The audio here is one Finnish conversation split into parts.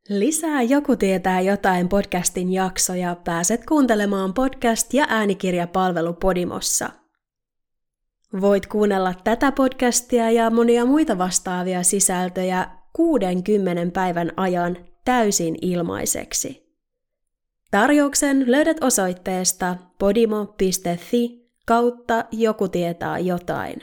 Lisää Joku tietää jotain podcastin jaksoja pääset kuuntelemaan podcast- ja äänikirjapalvelu Podimossa. Voit kuunnella tätä podcastia ja monia muita vastaavia sisältöjä 60 päivän ajan täysin ilmaiseksi. Tarjouksen löydät osoitteesta podimo.fi/Joku tietää jotain.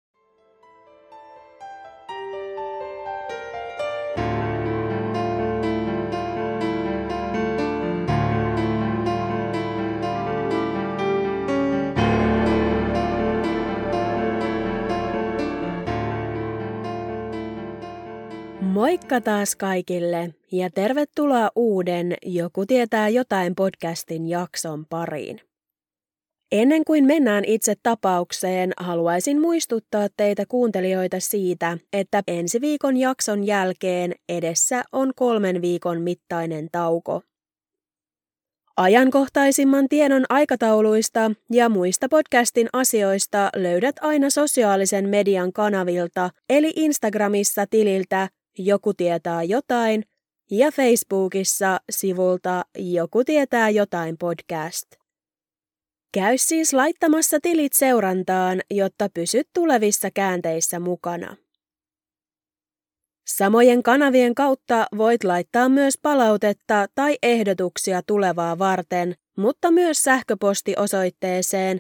Moikka taas kaikille ja tervetuloa uuden Joku tietää jotain podcastin jakson pariin. Ennen kuin mennään itse tapaukseen, haluaisin muistuttaa teitä kuuntelijoita siitä, että ensi viikon jakson jälkeen edessä on 3 viikon mittainen tauko. Ajankohtaisimman tiedon aikatauluista ja muista podcastin asioista löydät aina sosiaalisen median kanavilta eli Instagramissa tililtä Joku tietää jotain ja Facebookissa sivulta Joku tietää jotain podcast. Käy siis laittamassa tilit seurantaan, jotta pysyt tulevissa käänteissä mukana. Samojen kanavien kautta voit laittaa myös palautetta tai ehdotuksia tulevaa varten, mutta myös sähköpostiosoitteeseen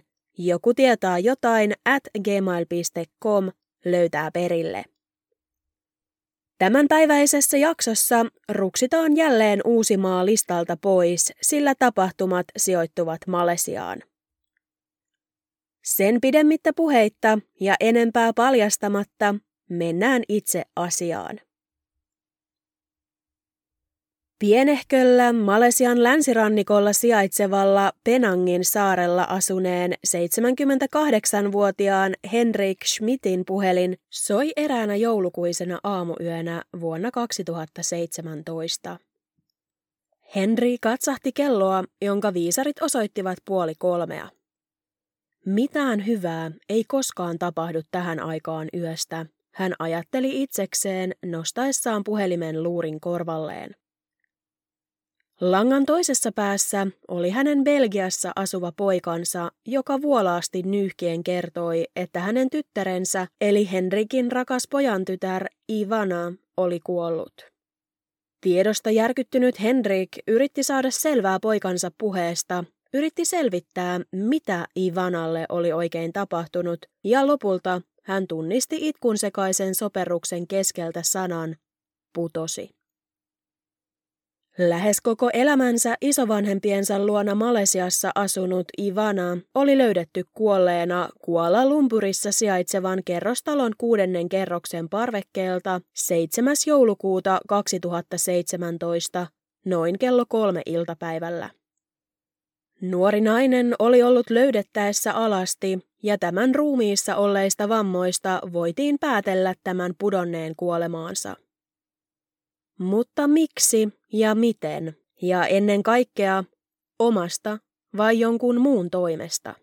jokutietaajotain@gmail.com löytää perille. Tämänpäiväisessä jaksossa ruksitaan jälleen Uusimaa listalta pois, sillä tapahtumat sijoittuvat Malesiaan. Sen pidemmittä puheitta ja enempää paljastamatta mennään itse asiaan. Pienehköllä Malesian länsirannikolla sijaitsevalla Penangin saarella asuneen 78-vuotiaan Henrik Schmidtin puhelin soi eräänä joulukuisena aamuyönä vuonna 2017. Henry katsahti kelloa, jonka viisarit osoittivat 2:30. Mitään hyvää ei koskaan tapahdu tähän aikaan yöstä, hän ajatteli itsekseen nostaessaan puhelimen luurin korvalleen. Langan toisessa päässä oli hänen Belgiassa asuva poikansa, joka vuolaasti nyyhkien kertoi, että hänen tyttärensä eli Henrikin rakas pojantytär Ivana oli kuollut. Tiedosta järkyttynyt Henrik yritti saada selvää poikansa puheesta, yritti selvittää, mitä Ivanalle oli oikein tapahtunut, ja lopulta hän tunnisti itkunsekaisen soperruksen keskeltä sanan putosi. Lähes koko elämänsä isovanhempiensa luona Malesiassa asunut Ivana oli löydetty kuolleena Kuala Lumpurissa sijaitsevan kerrostalon 6. kerroksen parvekkeelta 7. joulukuuta 2017 noin kello 3 iltapäivällä. Nuori nainen oli ollut löydettäessä alasti ja tämän ruumiissa olleista vammoista voitiin päätellä tämän pudonneen kuolemaansa. Mutta miksi ja miten, ja ennen kaikkea omasta vai jonkun muun toimesta?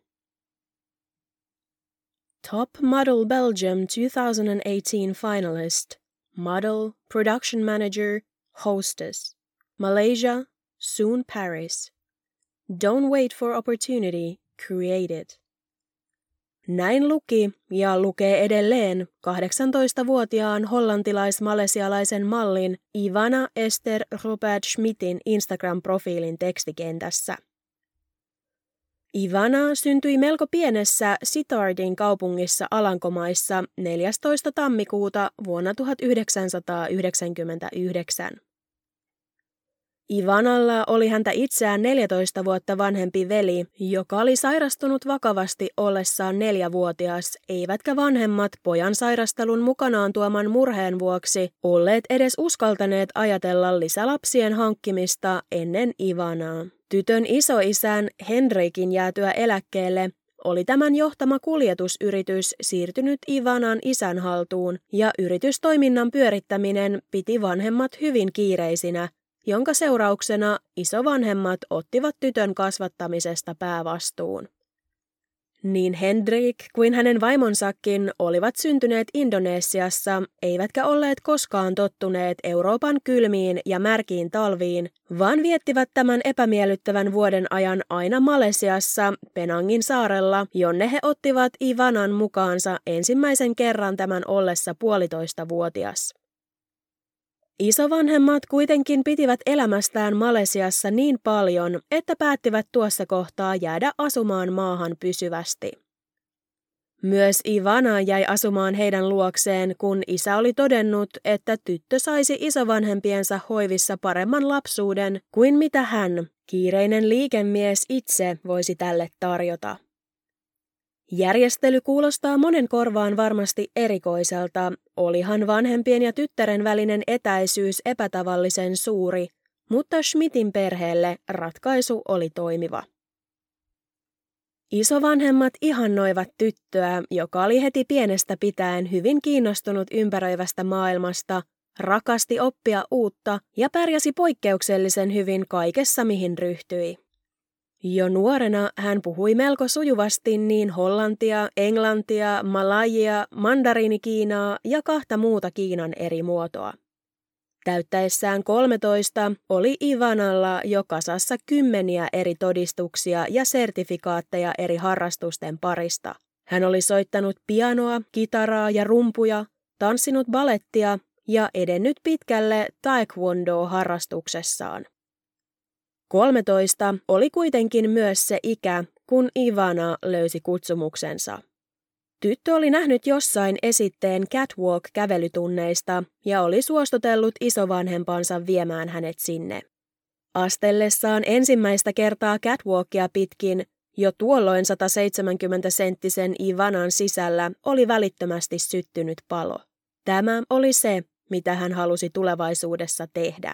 Top Model Belgium 2018 finalist, model, production manager, hostess, Malaysia, soon Paris. Don't wait for opportunity, create it. Näin luki ja lukee edelleen 18-vuotiaan hollantilais-malesialaisen mallin Ivana Esther Robert Schmidtin Instagram-profiilin tekstikentässä. Ivana syntyi melko pienessä Sittardin kaupungissa Alankomaissa 14. tammikuuta vuonna 1999. Ivanalla oli häntä itseään 14 vuotta vanhempi veli, joka oli sairastunut vakavasti ollessaan 4-vuotias, eivätkä vanhemmat pojan sairastelun mukanaan tuoman murheen vuoksi olleet edes uskaltaneet ajatella lisälapsien hankkimista ennen Ivanaa. Tytön isoisän Henrikin jäätyä eläkkeelle oli tämän johtama kuljetusyritys siirtynyt Ivanan isän haltuun, ja yritystoiminnan pyörittäminen piti vanhemmat hyvin kiireisinä, jonka seurauksena isovanhemmat ottivat tytön kasvattamisesta päävastuun. Niin Hendrik kuin hänen vaimonsakin olivat syntyneet Indonesiassa, eivätkä olleet koskaan tottuneet Euroopan kylmiin ja märkiin talviin, vaan viettivät tämän epämiellyttävän vuoden ajan aina Malesiassa, Penangin saarella, jonne he ottivat Ivanan mukaansa ensimmäisen kerran tämän ollessa 1,5-vuotias. Isovanhemmat kuitenkin pitivät elämästään Malesiassa niin paljon, että päättivät tuossa kohtaa jäädä asumaan maahan pysyvästi. Myös Ivana jäi asumaan heidän luokseen, kun isä oli todennut, että tyttö saisi isovanhempiensa hoivissa paremman lapsuuden kuin mitä hän, kiireinen liikemies itse, voisi tälle tarjota. Järjestely kuulostaa monen korvaan varmasti erikoiselta, olihan vanhempien ja tyttären välinen etäisyys epätavallisen suuri, mutta Schmidtin perheelle ratkaisu oli toimiva. Isovanhemmat ihannoivat tyttöä, joka oli heti pienestä pitäen hyvin kiinnostunut ympäröivästä maailmasta, rakasti oppia uutta ja pärjäsi poikkeuksellisen hyvin kaikessa mihin ryhtyi. Jo nuorena hän puhui melko sujuvasti niin hollantia, englantia, malajia, mandariinikiinaa ja 2 muuta Kiinan eri muotoa. Täyttäessään 13 oli Ivanalla jo kasassa 10 eri todistuksia ja sertifikaatteja eri harrastusten parista. Hän oli soittanut pianoa, kitaraa ja rumpuja, tanssinut balettia ja edennyt pitkälle taekwondo-harrastuksessaan. 13 oli kuitenkin myös se ikä, kun Ivana löysi kutsumuksensa. Tyttö oli nähnyt jossain esitteen catwalk-kävelytunneista ja oli suostutellut isovanhempansa viemään hänet sinne. Astellessaan ensimmäistä kertaa catwalkia pitkin, jo tuolloin 170-senttisen Ivanan sisällä oli välittömästi syttynyt palo. Tämä oli se, mitä hän halusi tulevaisuudessa tehdä.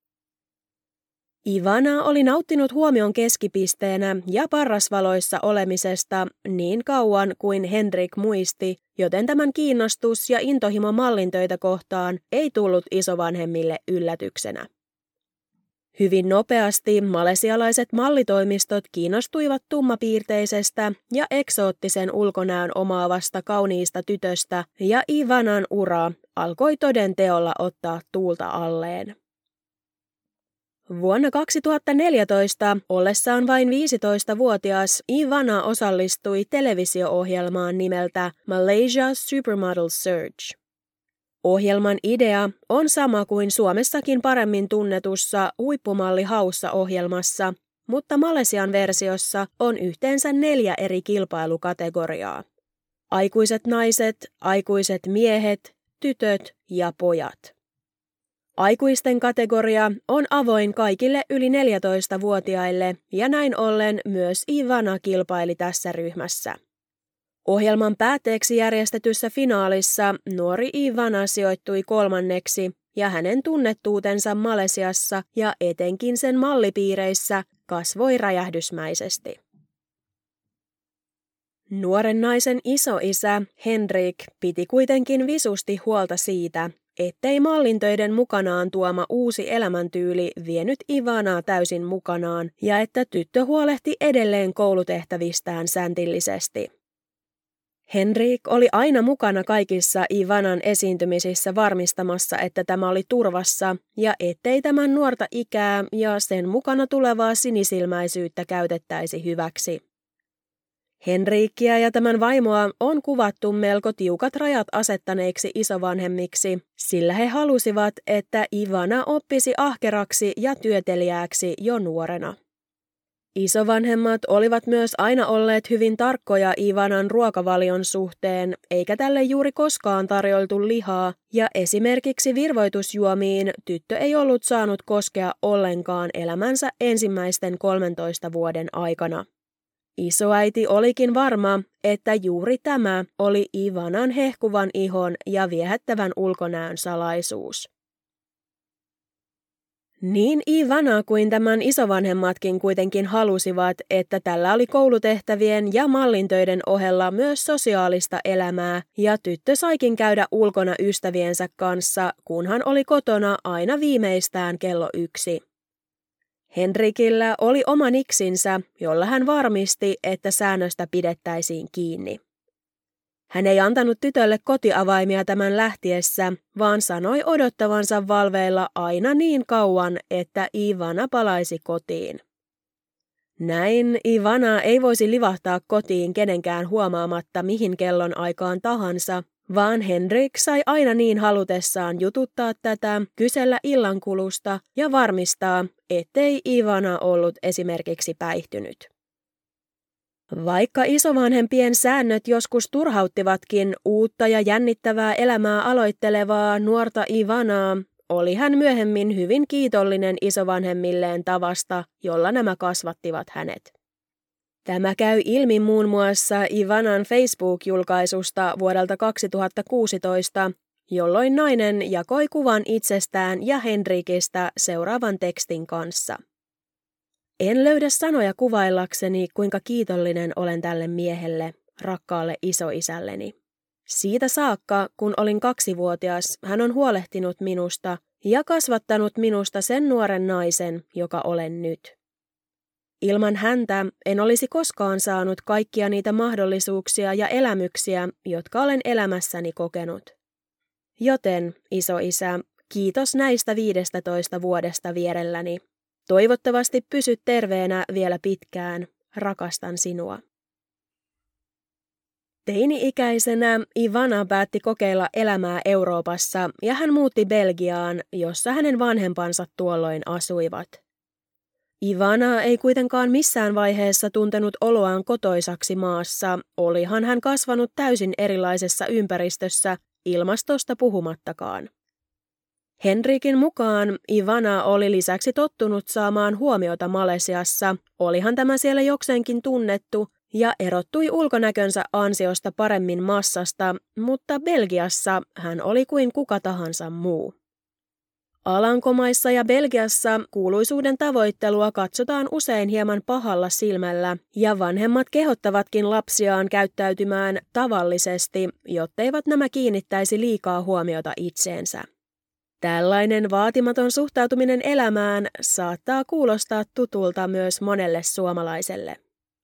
Ivana oli nauttinut huomion keskipisteenä ja parrasvaloissa olemisesta niin kauan kuin Hendrik muisti, joten tämän kiinnostus ja intohimo mallintöitä kohtaan ei tullut isovanhemmille yllätyksenä. Hyvin nopeasti malesialaiset mallitoimistot kiinnostuivat tummapiirteisestä ja eksoottisen ulkonäön omaavasta kauniista tytöstä, ja Ivanan ura alkoi toden teolla ottaa tuulta alleen. Vuonna 2014, ollessaan vain 15-vuotias, Ivana osallistui televisio-ohjelmaan nimeltä Malaysia Supermodel Search. Ohjelman idea on sama kuin Suomessakin paremmin tunnetussa Huippumalli Haussa-ohjelmassa, mutta Malesian versiossa on yhteensä 4 eri kilpailukategoriaa. Aikuiset naiset, aikuiset miehet, tytöt ja pojat. Aikuisten kategoria on avoin kaikille yli 14-vuotiaille ja näin ollen myös Ivana kilpaili tässä ryhmässä. Ohjelman päätteeksi järjestetyssä finaalissa nuori Ivana sijoittui 3. ja hänen tunnettuutensa Malesiassa ja etenkin sen mallipiireissä kasvoi räjähdysmäisesti. Nuoren naisen isoisä Hendrik piti kuitenkin visusti huolta siitä, ettei mallintöiden mukanaan tuoma uusi elämäntyyli vienyt Ivanaa täysin mukanaan ja että tyttö huolehti edelleen koulutehtävistään säntillisesti. Henrik oli aina mukana kaikissa Ivanan esiintymisissä varmistamassa, että tämä oli turvassa ja ettei tämän nuorta ikää ja sen mukana tulevaa sinisilmäisyyttä käytettäisi hyväksi. Henrikkiä ja tämän vaimoa on kuvattu melko tiukat rajat asettaneiksi isovanhemmiksi, sillä he halusivat, että Ivana oppisi ahkeraksi ja työteliääksi jo nuorena. Isovanhemmat olivat myös aina olleet hyvin tarkkoja Ivanan ruokavalion suhteen, eikä tälle juuri koskaan tarjoltu lihaa, ja esimerkiksi virvoitusjuomiin tyttö ei ollut saanut koskea ollenkaan elämänsä ensimmäisten 13 vuoden aikana. Isoäiti olikin varma, että juuri tämä oli Ivanan hehkuvan ihon ja viehättävän ulkonäön salaisuus. Niin Ivana kuin tämän isovanhemmatkin kuitenkin halusivat, että tällä oli koulutehtävien ja mallintöiden ohella myös sosiaalista elämää, ja tyttö saikin käydä ulkona ystäviensä kanssa, kunhan oli kotona aina viimeistään kello 1. Henrikillä oli oma niksinsä, jolla hän varmisti, että säännöstä pidettäisiin kiinni. Hän ei antanut tytölle kotiavaimia tämän lähtiessä, vaan sanoi odottavansa valveilla aina niin kauan, että Ivana palaisi kotiin. Näin Ivana ei voisi livahtaa kotiin kenenkään huomaamatta mihin kellon aikaan tahansa, vaan Henrik sai aina niin halutessaan jututtaa tätä, kysellä illankulusta ja varmistaa, ettei Ivana ollut esimerkiksi päihtynyt. Vaikka isovanhempien säännöt joskus turhauttivatkin uutta ja jännittävää elämää aloittelevaa nuorta Ivanaa, oli hän myöhemmin hyvin kiitollinen isovanhemmilleen tavasta, jolla nämä kasvattivat hänet. Tämä käy ilmi muun muassa Ivanan Facebook-julkaisusta vuodelta 2016, jolloin nainen jakoi kuvan itsestään ja Henrikistä seuraavan tekstin kanssa. En löydä sanoja kuvaillakseni, kuinka kiitollinen olen tälle miehelle, rakkaalle isoisälleni. Siitä saakka, kun olin 2-vuotias, hän on huolehtinut minusta ja kasvattanut minusta sen nuoren naisen, joka olen nyt. Ilman häntä en olisi koskaan saanut kaikkia niitä mahdollisuuksia ja elämyksiä, jotka olen elämässäni kokenut. Joten, isoisä, kiitos näistä 15 vuodesta vierelläni. Toivottavasti pysyt terveenä vielä pitkään. Rakastan sinua. Teini-ikäisenä Ivana päätti kokeilla elämää Euroopassa ja hän muutti Belgiaan, jossa hänen vanhempansa tuolloin asuivat. Ivana ei kuitenkaan missään vaiheessa tuntenut oloaan kotoisaksi maassa, olihan hän kasvanut täysin erilaisessa ympäristössä, ilmastosta puhumattakaan. Henrikin mukaan Ivana oli lisäksi tottunut saamaan huomiota Malesiassa, olihan tämä siellä jokseenkin tunnettu ja erottui ulkonäkönsä ansiosta paremmin massasta, mutta Belgiassa hän oli kuin kuka tahansa muu. Alankomaissa ja Belgiassa kuuluisuuden tavoittelua katsotaan usein hieman pahalla silmällä ja vanhemmat kehottavatkin lapsiaan käyttäytymään tavallisesti, jotteivät nämä kiinnittäisi liikaa huomiota itseensä. Tällainen vaatimaton suhtautuminen elämään saattaa kuulostaa tutulta myös monelle suomalaiselle.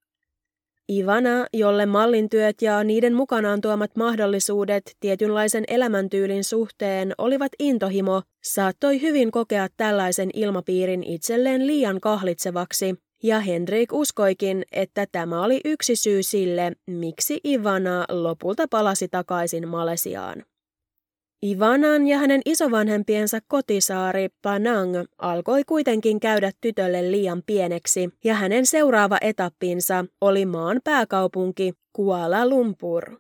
Ivana, jolle mallintyöt ja niiden mukanaan tuomat mahdollisuudet tietynlaisen elämäntyylin suhteen olivat intohimo, saattoi hyvin kokea tällaisen ilmapiirin itselleen liian kahlitsevaksi, ja Henrik uskoikin, että tämä oli yksi syy sille, miksi Ivana lopulta palasi takaisin Malesiaan. Ivanan ja hänen isovanhempiensa kotisaari Penang alkoi kuitenkin käydä tytölle liian pieneksi ja hänen seuraava etappinsa oli maan pääkaupunki Kuala Lumpur.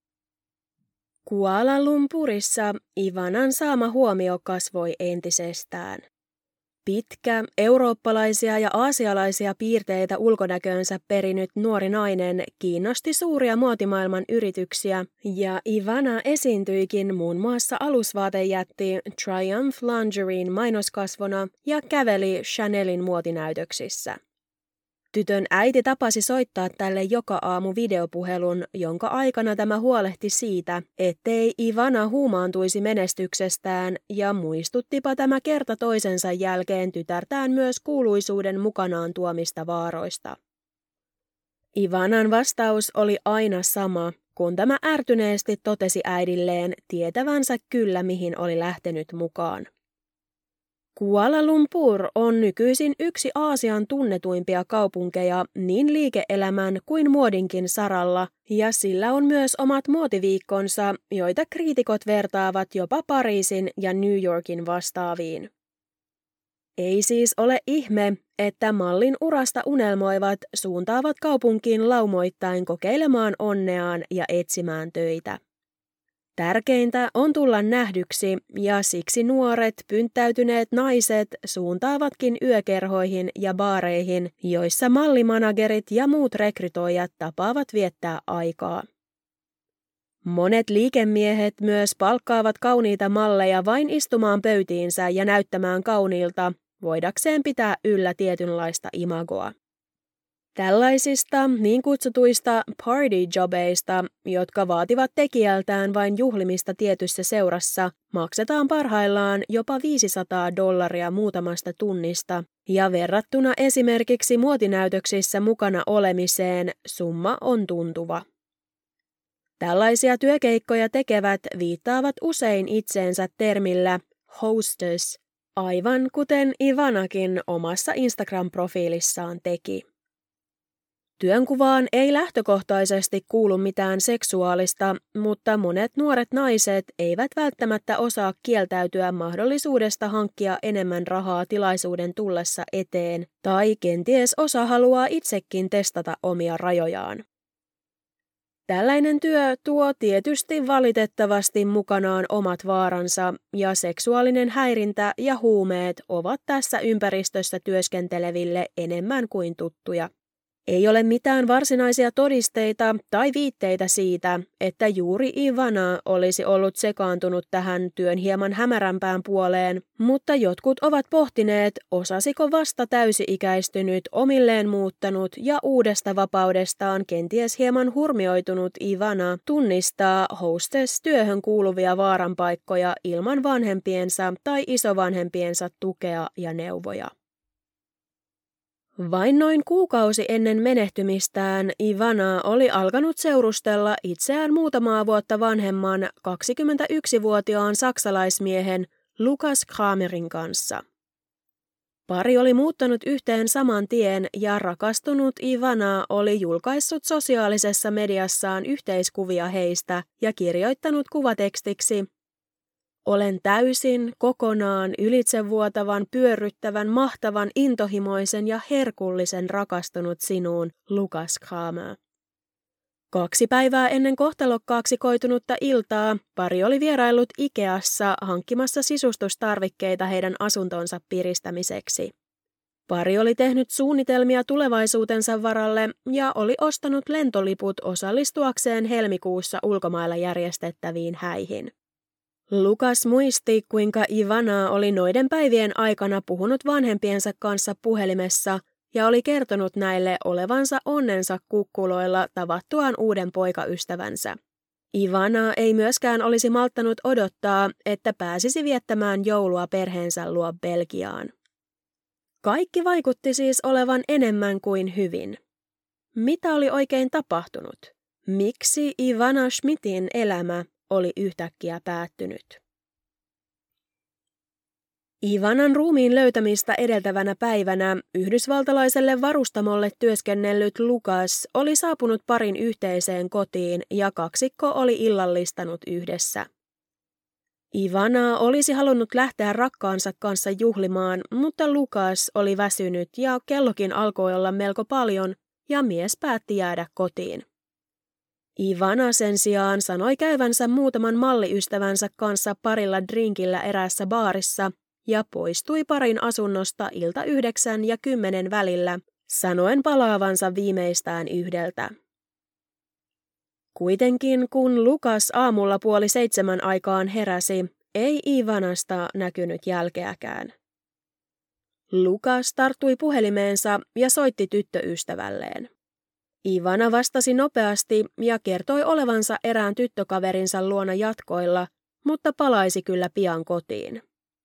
Kuala Lumpurissa Ivanan saama huomio kasvoi entisestään. Pitkä, eurooppalaisia ja aasialaisia piirteitä ulkonäköönsä perinyt nuori nainen kiinnosti suuria muotimaailman yrityksiä ja Ivana esiintyikin muun muassa alusvaatejätti Triumph Lingerien mainoskasvona ja käveli Chanelin muotinäytöksissä. Tytön äiti tapasi soittaa tälle joka aamu videopuhelun, jonka aikana tämä huolehti siitä, ettei Ivana huumaantuisi menestyksestään ja muistuttipa tämä kerta toisensa jälkeen tytärtään myös kuuluisuuden mukanaan tuomista vaaroista. Ivanan vastaus oli aina sama, kun tämä ärtyneesti totesi äidilleen tietävänsä kyllä mihin oli lähtenyt mukaan. Kuala Lumpur on nykyisin yksi Aasian tunnetuimpia kaupunkeja niin liike-elämän kuin muodinkin saralla, ja sillä on myös omat muotiviikkonsa, joita kriitikot vertaavat jopa Pariisin ja New Yorkin vastaaviin. Ei siis ole ihme, että mallin urasta unelmoivat suuntaavat kaupunkiin laumoittain kokeilemaan onneaan ja etsimään töitä. Tärkeintä on tulla nähdyksi ja siksi nuoret, pynttäytyneet naiset suuntaavatkin yökerhoihin ja baareihin, joissa mallimanagerit ja muut rekrytoijat tapaavat viettää aikaa. Monet liikemiehet myös palkkaavat kauniita malleja vain istumaan pöytiinsä ja näyttämään kauniilta, voidakseen pitää yllä tietynlaista imagoa. Tällaisista niin kutsutuista party-jobeista, jotka vaativat tekijältään vain juhlimista tietyssä seurassa, maksetaan parhaillaan jopa $500 muutamasta tunnista, ja verrattuna esimerkiksi muotinäytöksissä mukana olemiseen summa on tuntuva. Tällaisia työkeikkoja tekevät viittaavat usein itseensä termillä hostess, aivan kuten Ivanakin omassa Instagram-profiilissaan teki. Työnkuvaan ei lähtökohtaisesti kuulu mitään seksuaalista, mutta monet nuoret naiset eivät välttämättä osaa kieltäytyä mahdollisuudesta hankkia enemmän rahaa tilaisuuden tullessa eteen, tai kenties osa haluaa itsekin testata omia rajojaan. Tällainen työ tuo tietysti valitettavasti mukanaan omat vaaransa, ja seksuaalinen häirintä ja huumeet ovat tässä ympäristössä työskenteleville enemmän kuin tuttuja. Ei ole mitään varsinaisia todisteita tai viitteitä siitä, että juuri Ivana olisi ollut sekaantunut tähän työn hieman hämärämpään puoleen, mutta jotkut ovat pohtineet, osasiko vasta täysi-ikäistynyt, omilleen muuttanut ja uudesta vapaudestaan kenties hieman hurmioitunut Ivana tunnistaa hostess-työhön kuuluvia vaaranpaikkoja ilman vanhempiensa tai isovanhempiensa tukea ja neuvoja. Vain noin kuukausi ennen menehtymistään Ivana oli alkanut seurustella itseään muutamaa vuotta vanhemman 21-vuotiaan saksalaismiehen Lukas Kramerin kanssa. Pari oli muuttanut yhteen saman tien ja rakastunut Ivana oli julkaissut sosiaalisessa mediassaan yhteiskuvia heistä ja kirjoittanut kuvatekstiksi: "Olen täysin, kokonaan, ylitsevuotavan, pyörryttävän, mahtavan, intohimoisen ja herkullisen rakastunut sinuun, Lukas Kramer." 2 päivää ennen kohtalokkaaksi koitunutta iltaa pari oli vieraillut Ikeassa hankkimassa sisustustarvikkeita heidän asuntonsa piristämiseksi. Pari oli tehnyt suunnitelmia tulevaisuutensa varalle ja oli ostanut lentoliput osallistuakseen helmikuussa ulkomailla järjestettäviin häihin. Lukas muisti, kuinka Ivana oli noiden päivien aikana puhunut vanhempiensa kanssa puhelimessa ja oli kertonut näille olevansa onnensa kukkuloilla tavattuaan uuden poikaystävänsä. Ivana ei myöskään olisi malttanut odottaa, että pääsisi viettämään joulua perheensä luo Belgiaan. Kaikki vaikutti siis olevan enemmän kuin hyvin. Mitä oli oikein tapahtunut? Miksi Ivana Schmidtin elämä oli yhtäkkiä päättynyt? Ivanan ruumiin löytämistä edeltävänä päivänä yhdysvaltalaiselle varustamolle työskennellyt Lukas oli saapunut parin yhteiseen kotiin ja kaksikko oli illallistanut yhdessä. Ivana olisi halunnut lähteä rakkaansa kanssa juhlimaan, mutta Lukas oli väsynyt ja kellokin alkoi olla melko paljon ja mies päätti jäädä kotiin. Ivana sen sijaan sanoi käyvänsä muutaman malliystävänsä kanssa parilla drinkillä eräässä baarissa ja poistui parin asunnosta ilta 9 ja 10 välillä, sanoen palaavansa viimeistään 1. Kuitenkin kun Lukas aamulla 6:30 aikaan heräsi, ei Ivanasta näkynyt jälkeäkään. Lukas tarttui puhelimeensa ja soitti tyttöystävälleen. Ivana vastasi nopeasti ja kertoi olevansa erään tyttökaverinsa luona jatkoilla, mutta palaisi kyllä pian kotiin.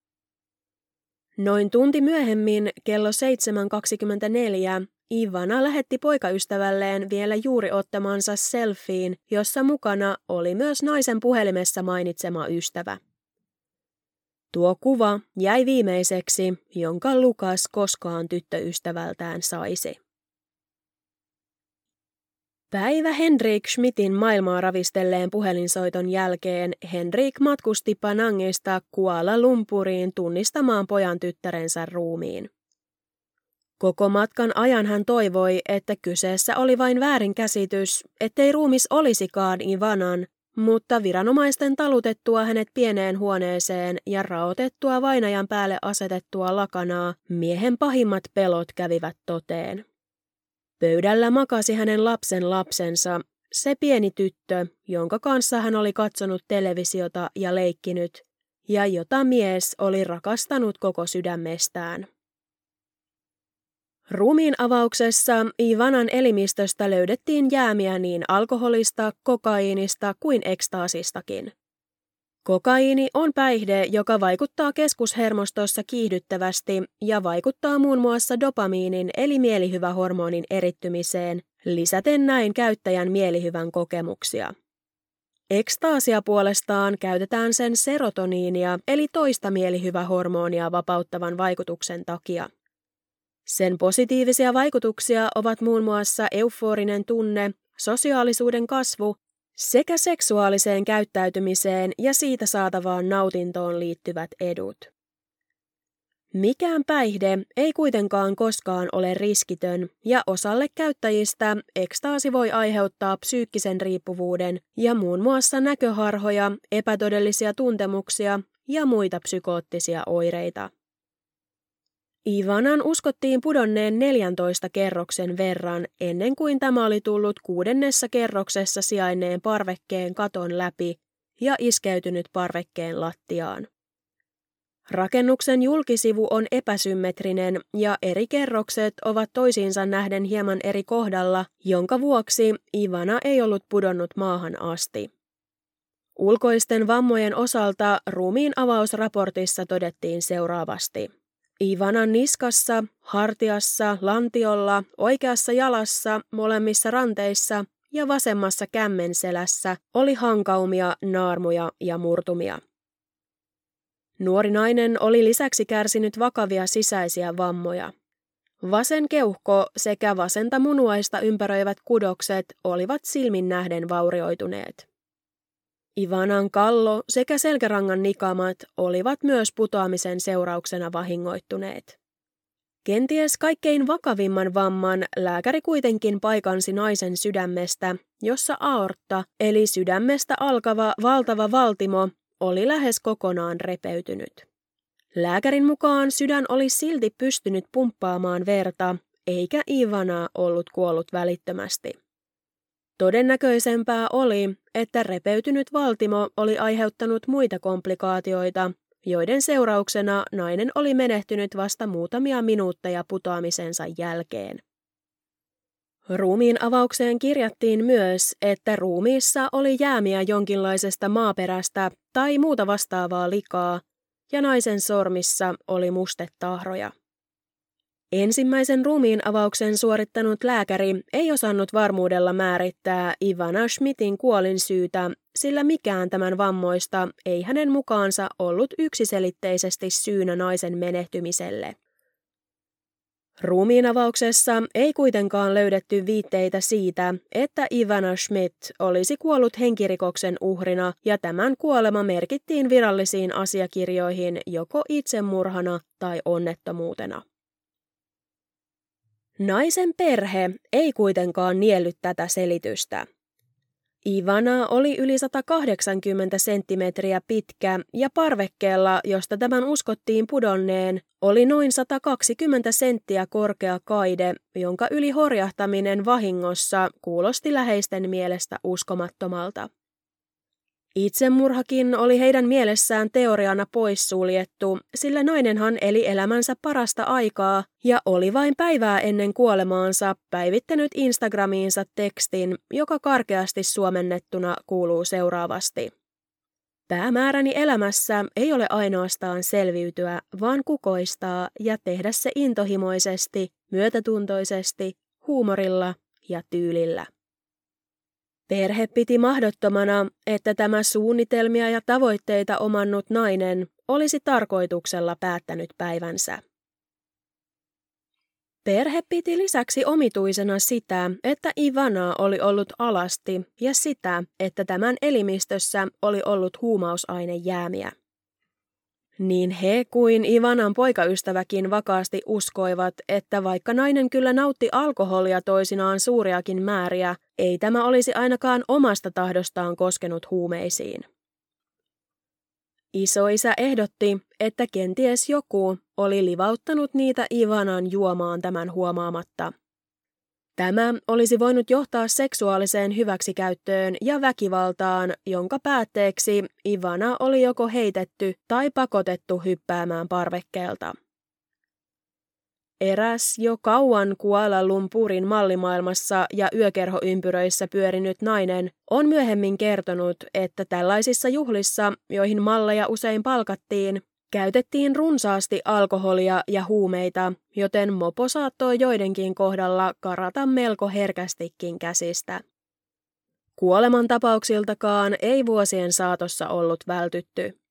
Noin tunti myöhemmin, kello 7.24, Ivana lähetti poikaystävälleen vielä juuri ottamansa selfiin, jossa mukana oli myös naisen puhelimessa mainitsema ystävä. Tuo kuva jäi viimeiseksi, jonka Lukas koskaan tyttöystävältään saisi. Päivä Henrik Schmidtin maailmaa ravistelleen puhelinsoiton jälkeen Henrik matkusti Penangista Kuala Lumpuriin tunnistamaan pojan tyttärensä ruumiin. Koko matkan ajan hän toivoi, että kyseessä oli vain väärinkäsitys, ettei ruumis olisikaan Ivanan, mutta viranomaisten talutettua hänet pieneen huoneeseen ja raotettua vainajan päälle asetettua lakanaa, miehen pahimmat pelot kävivät toteen. Pöydällä makasi hänen lapsensa, se pieni tyttö, jonka kanssa hän oli katsonut televisiota ja leikkinyt, ja jota mies oli rakastanut koko sydämestään. Ruumiin avauksessa Ivanan elimistöstä löydettiin jäämiä niin alkoholista, kokaiinista kuin ekstaasistakin. Kokaiini on päihde, joka vaikuttaa keskushermostossa kiihdyttävästi ja vaikuttaa muun muassa dopamiinin eli mielihyvähormonin erittymiseen, lisäten näin käyttäjän mielihyvän kokemuksia. Ekstaasia puolestaan käytetään sen serotoniinia eli toista mielihyvähormonia vapauttavan vaikutuksen takia. Sen positiivisia vaikutuksia ovat muun muassa euforinen tunne, sosiaalisuuden kasvu sekä seksuaaliseen käyttäytymiseen ja siitä saatavaan nautintoon liittyvät edut. Mikään päihde ei kuitenkaan koskaan ole riskitön ja osalle käyttäjistä ekstaasi voi aiheuttaa psyykkisen riippuvuuden ja muun muassa näköharhoja, epätodellisia tuntemuksia ja muita psykoottisia oireita. Ivanan uskottiin pudonneen 14 kerroksen verran ennen kuin tämä oli tullut 6. kerroksessa sijainneen parvekkeen katon läpi ja iskeytynyt parvekkeen lattiaan. Rakennuksen julkisivu on epäsymmetrinen ja eri kerrokset ovat toisiinsa nähden hieman eri kohdalla, jonka vuoksi Ivana ei ollut pudonnut maahan asti. Ulkoisten vammojen osalta ruumiin avausraportissa todettiin seuraavasti. Ivanan niskassa, hartiassa, lantiolla, oikeassa jalassa, molemmissa ranteissa ja vasemmassa kämmenselässä oli hankaumia, naarmuja ja murtumia. Nuori nainen oli lisäksi kärsinyt vakavia sisäisiä vammoja. Vasen keuhko sekä vasenta munuaista ympäröivät kudokset olivat silmin nähden vaurioituneet. Ivanan kallo sekä selkärangan nikamat olivat myös putoamisen seurauksena vahingoittuneet. Kenties kaikkein vakavimman vamman lääkäri kuitenkin paikansi naisen sydämestä, jossa aortta eli sydämestä alkava valtava valtimo oli lähes kokonaan repeytynyt. Lääkärin mukaan sydän oli silti pystynyt pumppaamaan verta, eikä Ivana ollut kuollut välittömästi. Todennäköisempää oli, että repeytynyt valtimo oli aiheuttanut muita komplikaatioita, joiden seurauksena nainen oli menehtynyt vasta muutamia minuutteja putoamisensa jälkeen. Ruumiin avaukseen kirjattiin myös, että ruumiissa oli jäämiä jonkinlaisesta maaperästä tai muuta vastaavaa likaa, ja naisen sormissa oli mustetahroja. Ensimmäisen ruumiin avauksen suorittanut lääkäri ei osannut varmuudella määrittää Ivana Schmidtin kuolinsyytä, sillä mikään tämän vammoista ei hänen mukaansa ollut yksiselitteisesti syynä naisen menehtymiselle. Ruumiinavauksessa ei kuitenkaan löydetty viitteitä siitä, että Ivana Schmidt olisi kuollut henkirikoksen uhrina ja tämän kuolema merkittiin virallisiin asiakirjoihin joko itsemurhana tai onnettomuutena. Naisen perhe ei kuitenkaan niellyt tätä selitystä. Ivana oli yli 180 senttimetriä pitkä ja parvekkeella, josta tämän uskottiin pudonneen, oli noin 120 senttiä korkea kaide, jonka yli horjahtaminen vahingossa kuulosti läheisten mielestä uskomattomalta. Itsemurhakin oli heidän mielessään teoriana poissuljettu, sillä nainenhan eli elämänsä parasta aikaa ja oli vain päivää ennen kuolemaansa päivittänyt Instagramiinsa tekstin, joka karkeasti suomennettuna kuuluu seuraavasti. Päämääräni elämässä ei ole ainoastaan selviytyä, vaan kukoistaa ja tehdä se intohimoisesti, myötätuntoisesti, huumorilla ja tyylillä. Perhe piti mahdottomana, että tämä suunnitelmia ja tavoitteita omannut nainen olisi tarkoituksella päättänyt päivänsä. Perhe piti lisäksi omituisena sitä, että Ivana oli ollut alasti ja sitä, että tämän elimistössä oli ollut huumausainejäämiä. Niin he kuin Ivanan poikaystäväkin vakaasti uskoivat, että vaikka nainen kyllä nautti alkoholia toisinaan suuriakin määriä, ei tämä olisi ainakaan omasta tahdostaan koskenut huumeisiin. Isoisä ehdotti, että kenties joku oli livauttanut niitä Ivanan juomaan tämän huomaamatta. Tämä olisi voinut johtaa seksuaaliseen hyväksikäyttöön ja väkivaltaan, jonka päätteeksi Ivana oli joko heitetty tai pakotettu hyppäämään parvekkeelta. Eräs jo kauan Kuala Lumpurin mallimaailmassa ja yökerhoympyröissä pyörinyt nainen on myöhemmin kertonut, että tällaisissa juhlissa, joihin malleja usein palkattiin, käytettiin runsaasti alkoholia ja huumeita, joten mopo saattoi joidenkin kohdalla karata melko herkästikin käsistä. Kuolemantapauksiltakaan ei vuosien saatossa ollut vältytty.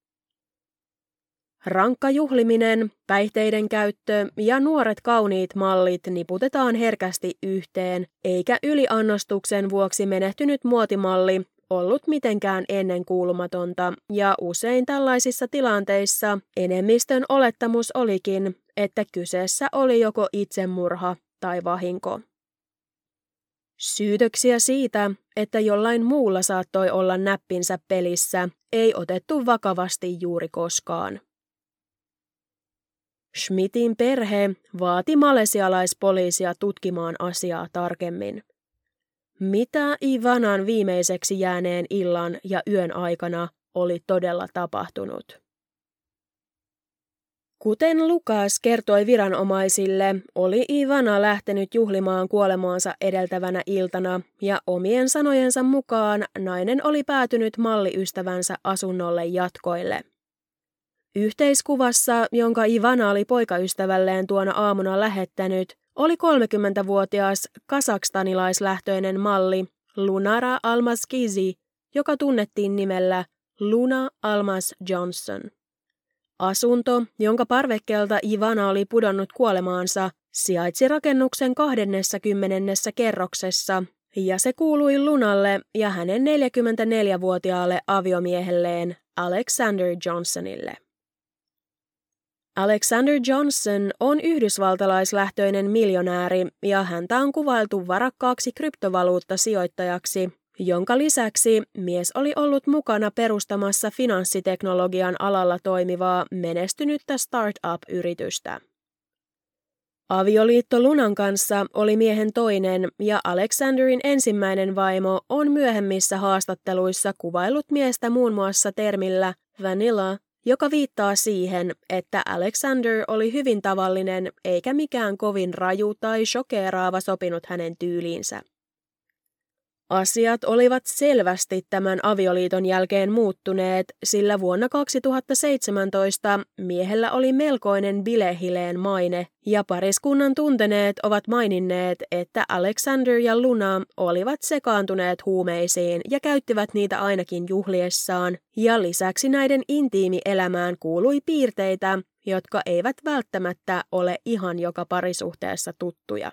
Rankka juhliminen, päihteiden käyttö ja nuoret kauniit mallit niputetaan herkästi yhteen, eikä yliannostuksen vuoksi menehtynyt muotimalli ollut mitenkään ennenkuulumatonta, ja usein tällaisissa tilanteissa enemmistön olettamus olikin, että kyseessä oli joko itsemurha tai vahinko. Syytöksiä siitä, että jollain muulla saattoi olla näppinsä pelissä, ei otettu vakavasti juuri koskaan. Schmidtin perhe vaati malesialaispoliisia tutkimaan asiaa tarkemmin. Mitä Ivanan viimeiseksi jääneen illan ja yön aikana oli todella tapahtunut? Kuten Lucas kertoi viranomaisille, oli Ivana lähtenyt juhlimaan kuolemaansa edeltävänä iltana ja omien sanojensa mukaan nainen oli päätynyt malliystävänsä asunnolle jatkoille. Yhteiskuvassa, jonka Ivana oli poikaystävälleen tuona aamuna lähettänyt, oli 30-vuotias kasakstanilaislähtöinen malli Lunara Almaskizi, joka tunnettiin nimellä Luna Almas Johnson. Asunto, jonka parvekkeelta Ivana oli pudonnut kuolemaansa, sijaitsi rakennuksen 20. kerroksessa, ja se kuului Lunalle ja hänen 44-vuotiaalle aviomiehelleen Alexander Johnsonille. Alexander Johnson on yhdysvaltalaislähtöinen miljonääri ja häntä on kuvailtu varakkaaksi kryptovaluuttasijoittajaksi, jonka lisäksi mies oli ollut mukana perustamassa finanssiteknologian alalla toimivaa menestynyttä startup-yritystä. Avioliitto Lunan kanssa oli miehen toinen ja Alexanderin ensimmäinen vaimo on myöhemmissä haastatteluissa kuvaillut miestä muun muassa termillä vanilla, joka viittaa siihen, että Alexander oli hyvin tavallinen eikä mikään kovin raju tai shokeeraava sopinut hänen tyyliinsä. Asiat olivat selvästi tämän avioliiton jälkeen muuttuneet, sillä vuonna 2017 miehellä oli melkoinen bilehileen maine, ja pariskunnan tunteneet ovat maininneet, että Alexander ja Luna olivat sekaantuneet huumeisiin ja käyttivät niitä ainakin juhliessaan, ja lisäksi näiden intiimielämään kuului piirteitä, jotka eivät välttämättä ole ihan joka parisuhteessa tuttuja.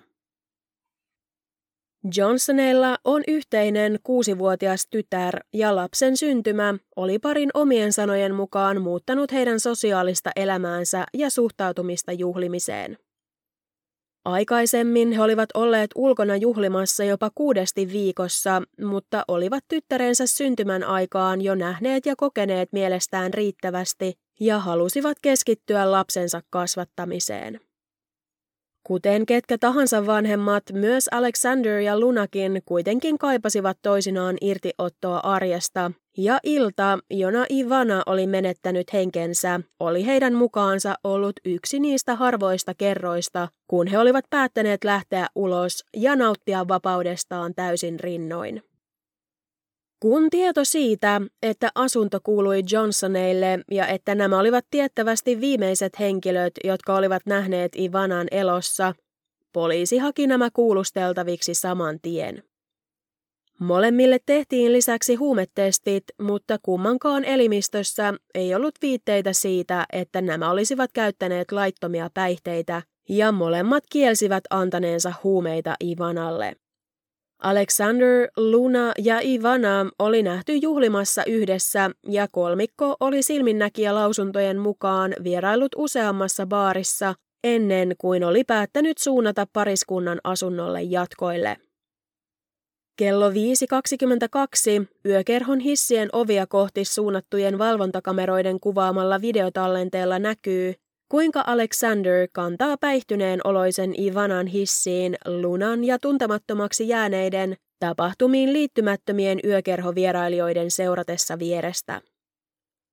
Johnsoneilla on yhteinen 6-vuotias tytär ja lapsen syntymä oli parin omien sanojen mukaan muuttanut heidän sosiaalista elämäänsä ja suhtautumista juhlimiseen. Aikaisemmin he olivat olleet ulkona juhlimassa jopa 6 viikossa, mutta olivat tyttärensä syntymän aikaan jo nähneet ja kokeneet mielestään riittävästi ja halusivat keskittyä lapsensa kasvattamiseen. Kuten ketkä tahansa vanhemmat, myös Alexander ja Lunakin kuitenkin kaipasivat toisinaan irtiottoa arjesta, ja ilta, jona Ivana oli menettänyt henkensä, oli heidän mukaansa ollut yksi niistä harvoista kerroista, kun he olivat päättäneet lähteä ulos ja nauttia vapaudestaan täysin rinnoin. Kun tieto siitä, että asunto kuului Johnsoneille ja että nämä olivat tiettävästi viimeiset henkilöt, jotka olivat nähneet Ivanan elossa, poliisi haki nämä kuulusteltaviksi saman tien. Molemmille tehtiin lisäksi huumetestit, mutta kummankaan elimistössä ei ollut viitteitä siitä, että nämä olisivat käyttäneet laittomia päihteitä, ja molemmat kielsivät antaneensa huumeita Ivanalle. Alexander, Luna ja Ivana oli nähty juhlimassa yhdessä ja kolmikko oli silminnäkijälausuntojen mukaan vierailut useammassa baarissa ennen kuin oli päättänyt suunnata pariskunnan asunnolle jatkoille. Kello 5.22 yökerhon hissien ovia kohti suunnattujen valvontakameroiden kuvaamalla videotallenteella näkyy, kuinka Alexander kantaa päihtyneen oloisen Ivanan hissiin Lunan ja tuntemattomaksi jääneiden tapahtumiin liittymättömien yökerhovierailijoiden seuratessa vierestä.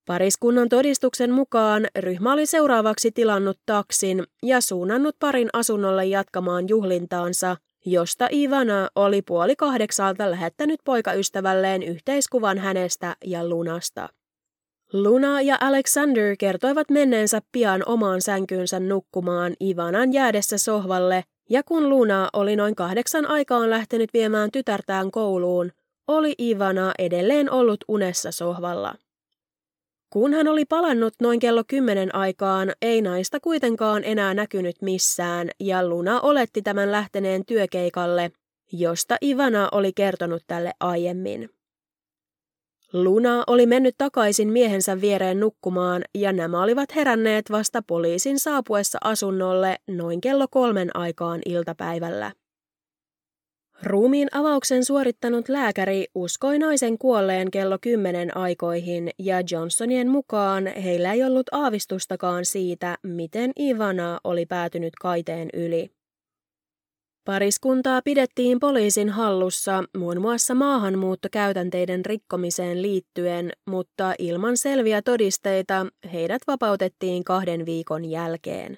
Pariskunnan todistuksen mukaan ryhmä oli seuraavaksi tilannut taksin ja suunnannut parin asunnolle jatkamaan juhlintaansa, josta Ivana oli 7:30 lähettänyt poikaystävälleen yhteiskuvan hänestä ja Lunasta. Luna ja Alexander kertoivat menneensä pian omaan sänkyynsä nukkumaan Ivanan jäädessä sohvalle, ja kun Luna oli noin 8 aikaan lähtenyt viemään tytärtään kouluun, oli Ivana edelleen ollut unessa sohvalla. Kun hän oli palannut noin kello 10 aikaan, ei naista kuitenkaan enää näkynyt missään, ja Luna oletti tämän lähteneen työkeikalle, josta Ivana oli kertonut tälle aiemmin. Luna oli mennyt takaisin miehensä viereen nukkumaan, ja nämä olivat heränneet vasta poliisin saapuessa asunnolle noin kello 3 aikaan iltapäivällä. Ruumiin avauksen suorittanut lääkäri uskoi naisen kuolleen kello 10 aikoihin, ja Johnsonien mukaan heillä ei ollut aavistustakaan siitä, miten Ivana oli päätynyt kaiteen yli. Pariskuntaa pidettiin poliisin hallussa muun muassa maahanmuuttokäytänteiden rikkomiseen liittyen, mutta ilman selviä todisteita heidät vapautettiin 2 viikon jälkeen.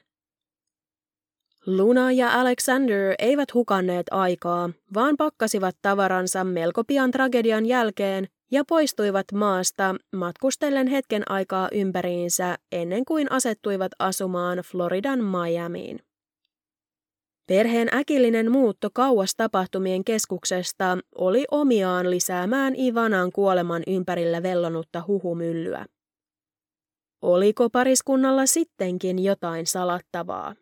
Luna ja Alexander eivät hukanneet aikaa, vaan pakkasivat tavaransa melko pian tragedian jälkeen ja poistuivat maasta matkustellen hetken aikaa ympäriinsä ennen kuin asettuivat asumaan Floridan Miamiin. Perheen äkillinen muutto kauas tapahtumien keskuksesta oli omiaan lisäämään Ivanan kuoleman ympärillä vellonutta huhumyllyä. Oliko pariskunnalla sittenkin jotain salattavaa?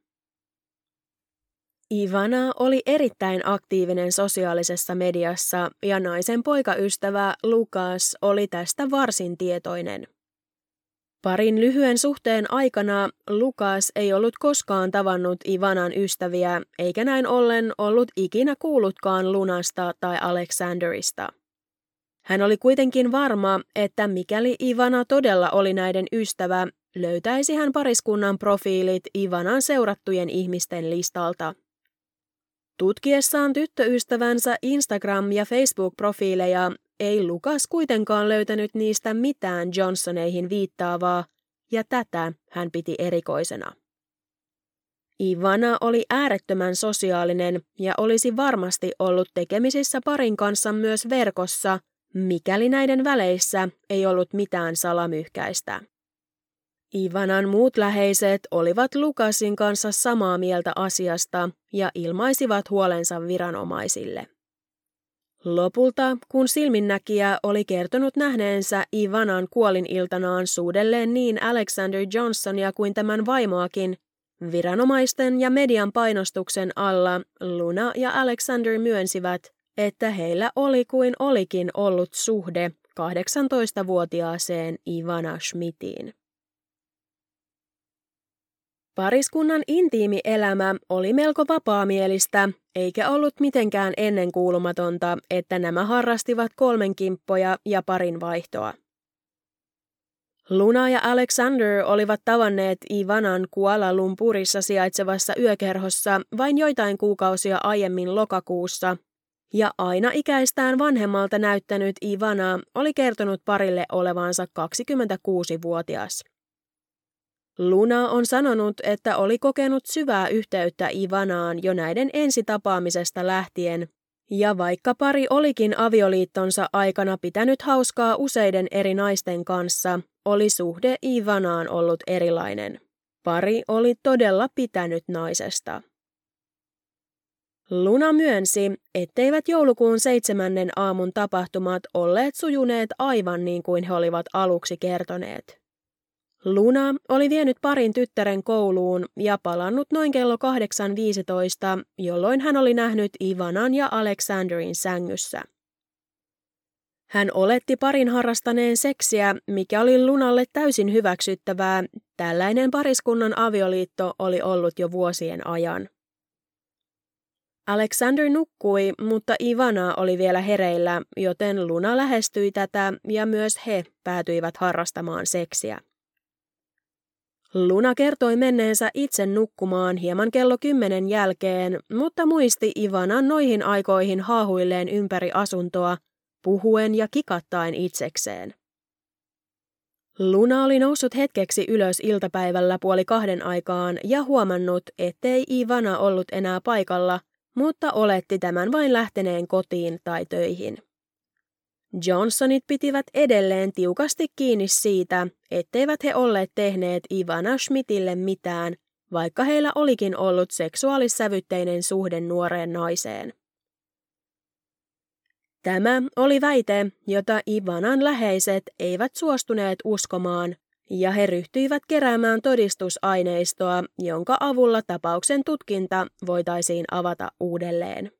Ivana oli erittäin aktiivinen sosiaalisessa mediassa ja naisen poikaystävä Lucas oli tästä varsin tietoinen. Parin lyhyen suhteen aikana Lucas ei ollut koskaan tavannut Ivanan ystäviä, eikä näin ollen ollut ikinä kuullutkaan Lunasta tai Alexanderista. Hän oli kuitenkin varma, että mikäli Ivana todella oli näiden ystävä, löytäisi hän pariskunnan profiilit Ivanan seurattujen ihmisten listalta. Tutkiessaan tyttöystävänsä Instagram- ja Facebook-profiileja ei Lucas kuitenkaan löytänyt niistä mitään Johnsoneihin viittaavaa, ja tätä hän piti erikoisena. Ivana oli äärettömän sosiaalinen ja olisi varmasti ollut tekemisissä parin kanssa myös verkossa, mikäli näiden väleissä ei ollut mitään salamyhkäistä. Ivanan muut läheiset olivat Lucasin kanssa samaa mieltä asiasta ja ilmaisivat huolensa viranomaisille. Lopulta, kun silminnäkijä oli kertonut nähneensä Ivanan kuoliniltanaan suudelleen niin Alexander Johnsonia kuin tämän vaimoakin, viranomaisten ja median painostuksen alla Luna ja Alexander myönsivät, että heillä oli kuin olikin ollut suhde 18-vuotiaaseen Ivana Schmidtiin. Pariskunnan intiimi elämä oli melko vapaamielistä, eikä ollut mitenkään ennenkuulumatonta, että nämä harrastivat 3 kimppoja ja parin vaihtoa. Luna ja Alexander olivat tavanneet Ivanan Kuala Lumpurissa sijaitsevassa yökerhossa vain joitain kuukausia aiemmin lokakuussa, ja aina ikäistään vanhemmalta näyttänyt Ivana oli kertonut parille olevansa 26-vuotias. Luna on sanonut, että oli kokenut syvää yhteyttä Ivanaan jo näiden ensitapaamisesta lähtien, ja vaikka pari olikin avioliittonsa aikana pitänyt hauskaa useiden eri naisten kanssa, oli suhde Ivanaan ollut erilainen. Pari oli todella pitänyt naisesta. Luna myönsi, etteivät joulukuun 7. aamun tapahtumat olleet sujuneet aivan niin kuin he olivat aluksi kertoneet. Luna oli vienyt parin tyttären kouluun ja palannut noin kello 8:15, jolloin hän oli nähnyt Ivanan ja Alexanderin sängyssä. Hän oletti parin harrastaneen seksiä, mikä oli Lunalle täysin hyväksyttävää. Tällainen pariskunnan avioliitto oli ollut jo vuosien ajan. Alexander nukkui, mutta Ivana oli vielä hereillä, joten Luna lähestyi tätä ja myös he päätyivät harrastamaan seksiä. Luna kertoi menneensä itse nukkumaan hieman kello 10 jälkeen, mutta muisti Ivanan noihin aikoihin haahuilleen ympäri asuntoa, puhuen ja kikattaen itsekseen. Luna oli noussut hetkeksi ylös iltapäivällä 1:30 aikaan ja huomannut, ettei Ivana ollut enää paikalla, mutta oletti tämän vain lähteneen kotiin tai töihin. Johnsonit pitivät edelleen tiukasti kiinni siitä, etteivät he olleet tehneet Ivana Schmidtille mitään, vaikka heillä olikin ollut seksuaalissävytteinen suhde nuoreen naiseen. Tämä oli väite, jota Ivanan läheiset eivät suostuneet uskomaan, ja he ryhtyivät keräämään todistusaineistoa, jonka avulla tapauksen tutkinta voitaisiin avata uudelleen.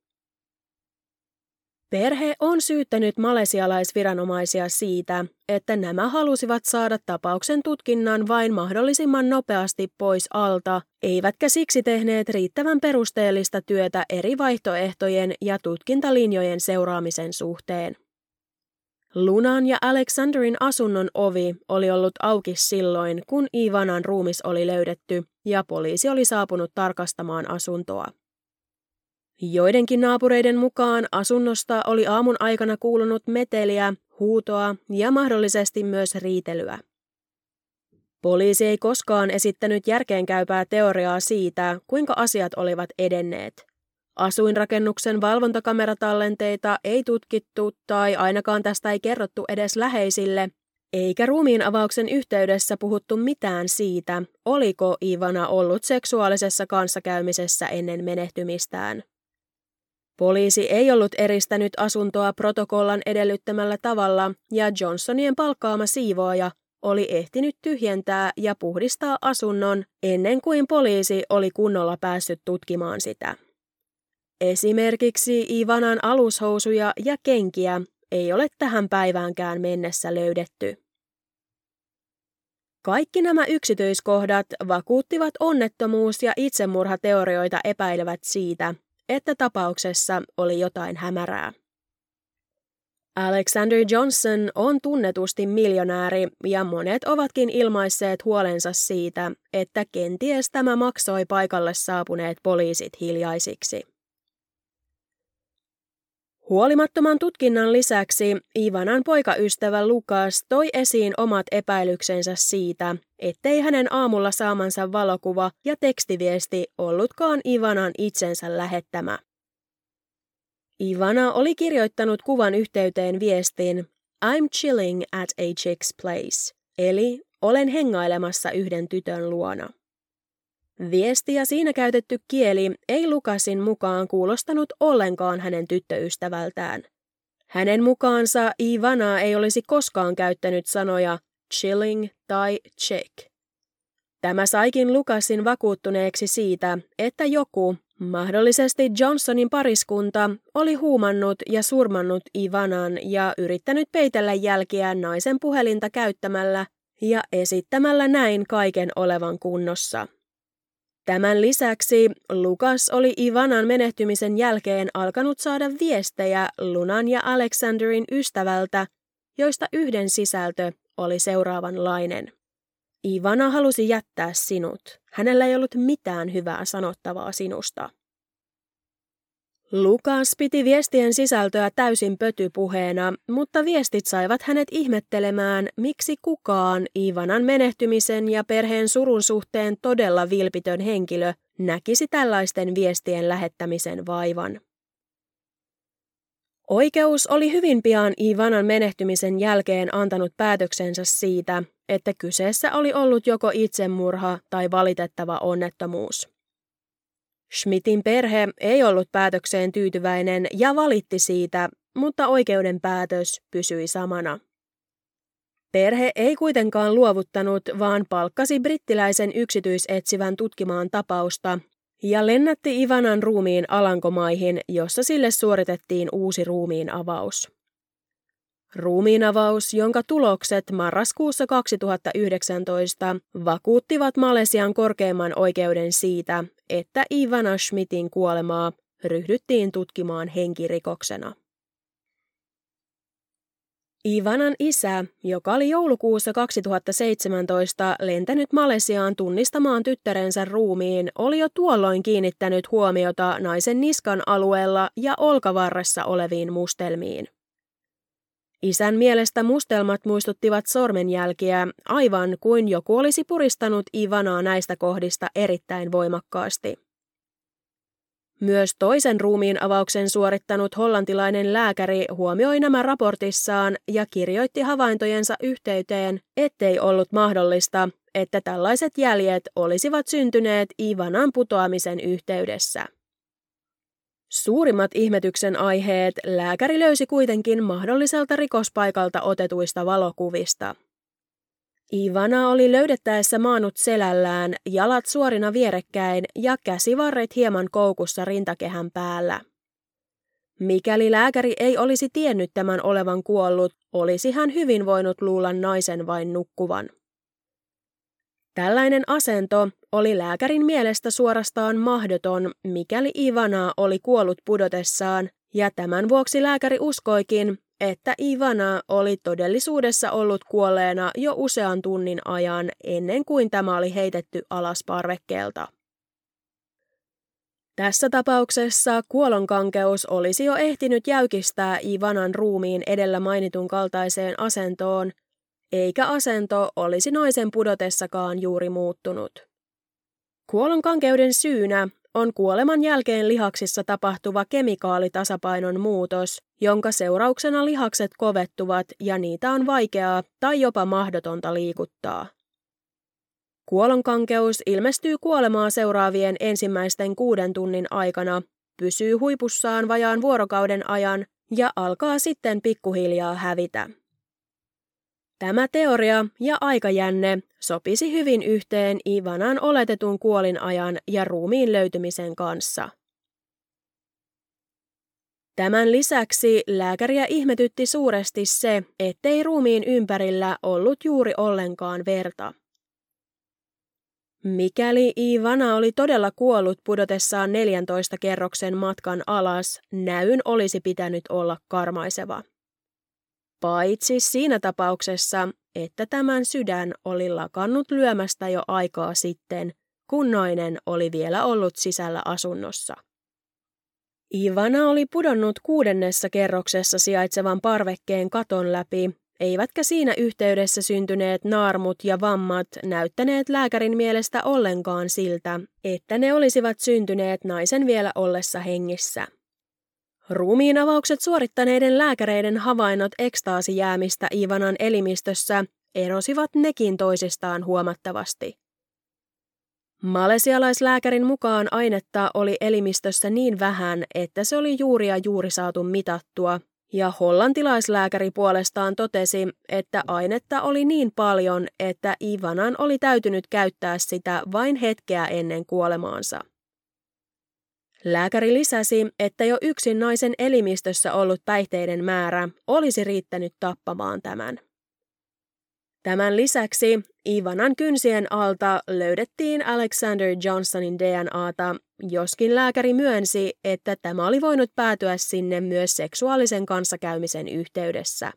Perhe on syyttänyt malesialaisviranomaisia siitä, että nämä halusivat saada tapauksen tutkinnan vain mahdollisimman nopeasti pois alta, eivätkä siksi tehneet riittävän perusteellista työtä eri vaihtoehtojen ja tutkintalinjojen seuraamisen suhteen. Lunan ja Alexanderin asunnon ovi oli ollut auki silloin, kun Ivanan ruumis oli löydetty ja poliisi oli saapunut tarkastamaan asuntoa. Joidenkin naapureiden mukaan asunnosta oli aamun aikana kuulunut meteliä, huutoa ja mahdollisesti myös riitelyä. Poliisi ei koskaan esittänyt järkeenkäypää teoriaa siitä, kuinka asiat olivat edenneet. Asuinrakennuksen valvontakameratallenteita ei tutkittu tai ainakaan tästä ei kerrottu edes läheisille, eikä ruumiin avauksen yhteydessä puhuttu mitään siitä, oliko Ivana ollut seksuaalisessa kanssakäymisessä ennen menehtymistään. Poliisi ei ollut eristänyt asuntoa protokollan edellyttämällä tavalla ja Johnsonien palkkaama siivooja oli ehtinyt tyhjentää ja puhdistaa asunnon ennen kuin poliisi oli kunnolla päässyt tutkimaan sitä. Esimerkiksi Ivanan alushousuja ja kenkiä ei ole tähän päiväänkään mennessä löydetty. Kaikki nämä yksityiskohdat vakuuttivat onnettomuus- ja itsemurhateorioita epäilevät siitä, että tapauksessa oli jotain hämärää. Alexander Johnson on tunnetusti miljonääri ja monet ovatkin ilmaisseet huolensa siitä, että kenties tämä maksoi paikalle saapuneet poliisit hiljaisiksi. Huolimattoman tutkinnan lisäksi Ivanan poikaystävä Lucas toi esiin omat epäilyksensä siitä, ettei hänen aamulla saamansa valokuva ja tekstiviesti ollutkaan Ivanan itsensä lähettämä. Ivana oli kirjoittanut kuvan yhteyteen viestin "I'm chilling at a chick's place", eli "olen hengailemassa yhden tytön luona". Viesti ja siinä käytetty kieli ei Lucasin mukaan kuulostanut ollenkaan hänen tyttöystävältään. Hänen mukaansa Ivana ei olisi koskaan käyttänyt sanoja chilling tai chick. Tämä saikin Lucasin vakuuttuneeksi siitä, että joku, mahdollisesti Johnsonin pariskunta, oli huumannut ja surmannut Ivanan ja yrittänyt peitellä jälkiä naisen puhelinta käyttämällä ja esittämällä näin kaiken olevan kunnossa. Tämän lisäksi Lucas oli Ivanan menehtymisen jälkeen alkanut saada viestejä Lunan ja Alexanderin ystävältä, joista yhden sisältö oli seuraavanlainen. Ivana halusi jättää sinut. Hänellä ei ollut mitään hyvää sanottavaa sinusta. Lucas piti viestien sisältöä täysin pötypuheena, mutta viestit saivat hänet ihmettelemään, miksi kukaan Ivanan menehtymisen ja perheen surun suhteen todella vilpitön henkilö näkisi tällaisten viestien lähettämisen vaivan. Oikeus oli hyvin pian Ivanan menehtymisen jälkeen antanut päätöksensä siitä, että kyseessä oli ollut joko itsemurha tai valitettava onnettomuus. Schmidtin perhe ei ollut päätökseen tyytyväinen ja valitti siitä, mutta oikeuden päätös pysyi samana. Perhe ei kuitenkaan luovuttanut, vaan palkkasi brittiläisen yksityisetsivän tutkimaan tapausta ja lennätti Ivanan ruumiin Alankomaihin, jossa sille suoritettiin uusi ruumiinavaus. Ruumiinavaus, jonka tulokset marraskuussa 2019 vakuuttivat Malesian korkeimman oikeuden siitä, että Ivana Schmidtin kuolemaa ryhdyttiin tutkimaan henkirikoksena. Ivanan isä, joka oli joulukuussa 2017 lentänyt Malesiaan tunnistamaan tyttärensä ruumiin, oli jo tuolloin kiinnittänyt huomiota naisen niskan alueella ja olkavarressa oleviin mustelmiin. Isän mielestä mustelmat muistuttivat sormenjälkiä, aivan kuin joku olisi puristanut Ivanaa näistä kohdista erittäin voimakkaasti. Myös toisen ruumiin avauksen suorittanut hollantilainen lääkäri huomioi nämä raportissaan ja kirjoitti havaintojensa yhteyteen, ettei ollut mahdollista, että tällaiset jäljet olisivat syntyneet Ivanan putoamisen yhteydessä. Suurimmat ihmetyksen aiheet lääkäri löysi kuitenkin mahdolliselta rikospaikalta otetuista valokuvista. Ivana oli löydettäessä maannut selällään, jalat suorina vierekkäin ja käsivarret hieman koukussa rintakehän päällä. Mikäli lääkäri ei olisi tiennyt tämän olevan kuollut, olisi hän hyvin voinut luulla naisen vain nukkuvan. Tällainen asento oli lääkärin mielestä suorastaan mahdoton, mikäli Ivana oli kuollut pudotessaan, ja tämän vuoksi lääkäri uskoikin, että Ivana oli todellisuudessa ollut kuolleena jo usean tunnin ajan ennen kuin tämä oli heitetty alas parvekkeelta. Tässä tapauksessa kuolonkankeus olisi jo ehtinyt jäykistää Ivanan ruumiin edellä mainitun kaltaiseen asentoon, eikä asento olisi naisen pudotessakaan juuri muuttunut. Kuolonkankeuden syynä on kuoleman jälkeen lihaksissa tapahtuva kemikaalitasapainon muutos, jonka seurauksena lihakset kovettuvat ja niitä on vaikeaa tai jopa mahdotonta liikuttaa. Kuolonkankeus ilmestyy kuolemaa seuraavien ensimmäisten 6 tunnin aikana, pysyy huipussaan vajaan vuorokauden ajan ja alkaa sitten pikkuhiljaa hävitä. Tämä teoria ja aikajänne sopisi hyvin yhteen Ivanan oletetun kuolinajan ja ruumiin löytymisen kanssa. Tämän lisäksi lääkäriä ihmetytti suuresti se, ettei ruumiin ympärillä ollut juuri ollenkaan verta. Mikäli Ivana oli todella kuollut pudotessaan 14 kerroksen matkan alas, näyn olisi pitänyt olla karmaiseva. Paitsi siinä tapauksessa, että tämän sydän oli lakannut lyömästä jo aikaa sitten, kun nainen oli vielä ollut sisällä asunnossa. Ivana oli pudonnut 6. kerroksessa sijaitsevan parvekkeen katon läpi, eivätkä siinä yhteydessä syntyneet naarmut ja vammat näyttäneet lääkärin mielestä ollenkaan siltä, että ne olisivat syntyneet naisen vielä ollessa hengissä. Ruumiin avaukset suorittaneiden lääkäreiden havainnot ekstaasijäämistä Ivanan elimistössä erosivat nekin toisistaan huomattavasti. Malesialaislääkärin mukaan ainetta oli elimistössä niin vähän, että se oli juuri ja juuri saatu mitattua, ja hollantilaislääkäri puolestaan totesi, että ainetta oli niin paljon, että Ivanan oli täytynyt käyttää sitä vain hetkeä ennen kuolemaansa. Lääkäri lisäsi, että jo yksin naisen elimistössä ollut päihteiden määrä olisi riittänyt tappamaan tämän. Tämän lisäksi Ivanan kynsien alta löydettiin Alexander Johnsonin DNAta, joskin lääkäri myönsi, että tämä oli voinut päätyä sinne myös seksuaalisen kanssakäymisen yhteydessä.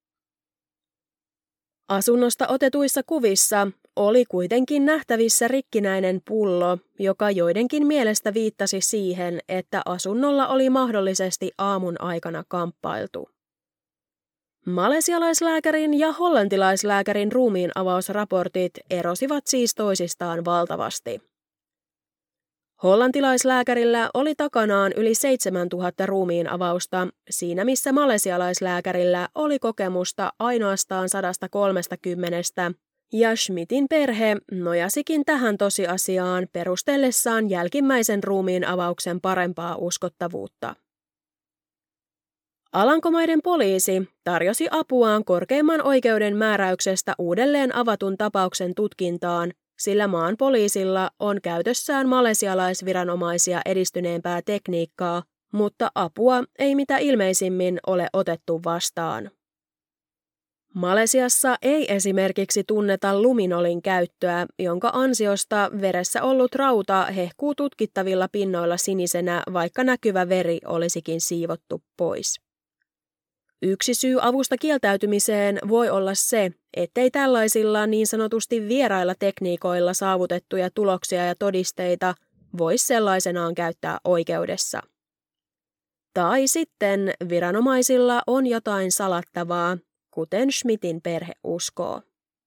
Asunnosta otetuissa kuvissa oli kuitenkin nähtävissä rikkinäinen pullo, joka joidenkin mielestä viittasi siihen, että asunnolla oli mahdollisesti aamun aikana kamppailtu. Malesialaislääkärin ja hollantilaislääkärin ruumiinavausraportit erosivat siis toisistaan valtavasti. Hollantilaislääkärillä oli takanaan yli 7000 ruumiinavausta, siinä missä malesialaislääkärillä oli kokemusta ainoastaan 130, ja Schmidtin perhe nojasikin tähän tosiasiaan perustellessaan jälkimmäisen ruumiinavauksen parempaa uskottavuutta. Alankomaiden poliisi tarjosi apuaan korkeimman oikeuden määräyksestä uudelleen avatun tapauksen tutkintaan, sillä maan poliisilla on käytössään malesialaisviranomaisia edistyneempää tekniikkaa, mutta apua ei mitä ilmeisimmin ole otettu vastaan. Malesiassa ei esimerkiksi tunneta luminolin käyttöä, jonka ansiosta veressä ollut rauta hehkuu tutkittavilla pinnoilla sinisenä, vaikka näkyvä veri olisikin siivottu pois. Yksi syy avusta kieltäytymiseen voi olla se, ettei tällaisilla niin sanotusti vierailla tekniikoilla saavutettuja tuloksia ja todisteita voisi sellaisenaan käyttää oikeudessa. Tai sitten viranomaisilla on jotain salattavaa, kuten Schmidtin perhe uskoo.